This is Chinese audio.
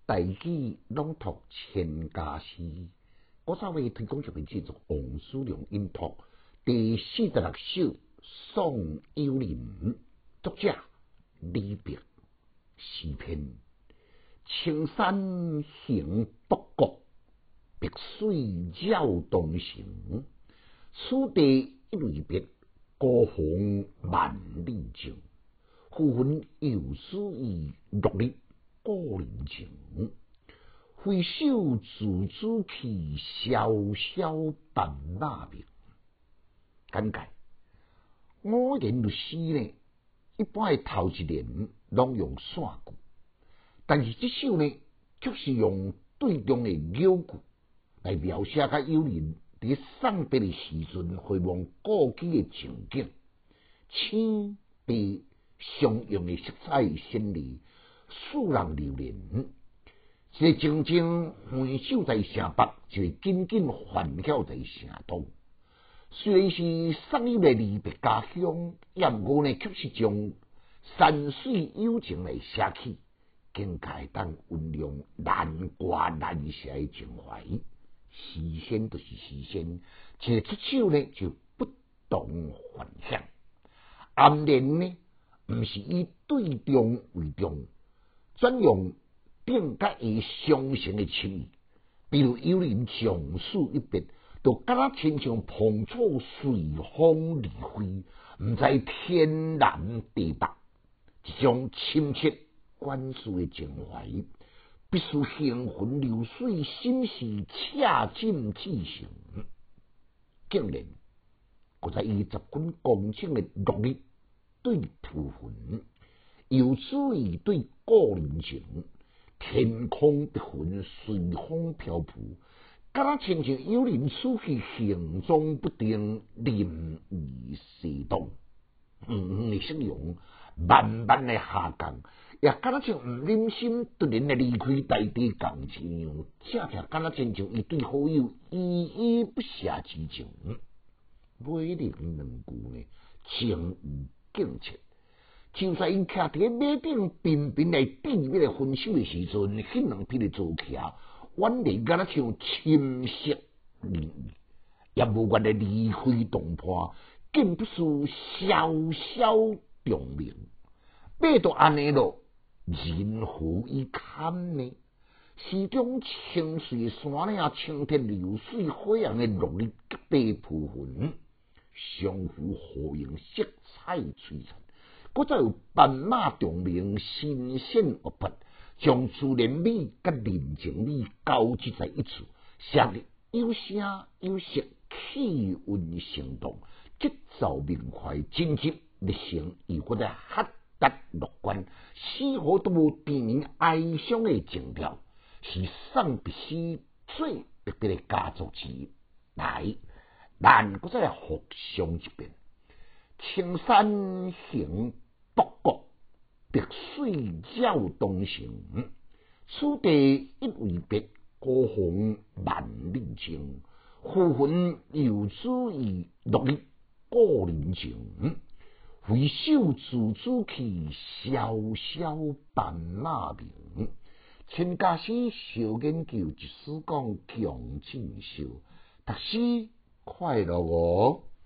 大举朗读千家诗，我稍微推广一篇制作王叔良音读第46首《送幽灵》，作者李白。诗篇：青山行北国，碧水绕东城。此地一位别，孤鸿万里情。浮云游丝意，落日故人情。挥手自主去，萧萧斑马鸣。简介：五言律诗呢，一般的头一联拢用散句，但是这首呢，却是用对中的拗句来描写甲幽灵伫送别的时阵回望故居的情景。青白相用的色彩鲜丽，使人流连。一个静静回首在城北，就会紧紧环绕在城东。虽然是送入来离别家乡，毋过呢，却是将山水友情来写起，更加当运用难挂难写的情怀。诗仙就是诗仙，一个出手呢就不同凡响。暗联呢，毋是以对中为重，转用更加以相成的情谊。比如幽灵从此一别，就敢若亲像碰触随风而飞，毋知天南地北，一种亲切关系的情怀，必须行云流水，心事恰尽至诚。竟然，搁在以十分光景的落日对浮云，游子意对故人情。天空的云随风飘浮，敢若亲像幽灵此去行踪不定，任意西动。的形容慢慢的下降，也敢若像毋忍心突然的离开大地共一样，恰恰敢若亲像伊对好友依依不舍之情。尾两句呢，情意敬切。就在因徛伫马顶频频来点要来分手的时阵，迄两匹的坐骑远离敢若像侵蚀涟漪，也无愿来离开洞坡，更不是萧萧重鸣。马都安尼咯，人何以堪呢？诗中清水的山岭，清澈流水，火红的落日，隔地浮云，相互呼应，色彩璀璨。搁再有斑马重鸣，新鲜活泼，将自然美甲人情美交织在一处，写得有声有色，气韵生动，节奏明快，真挚热情，又搁在豁达乐观，丝毫都无低迷哀伤的情调，是送别诗最特别的佳作之一。来，咱搁再来复诵一遍：青山行北国，碧水绕东城。此地一为别，孤鸿万里情。浮云游子意，落日故人情。挥手自主去，萧萧斑马鸣。千家诗小研究，一史讲强进修，读书快乐哦。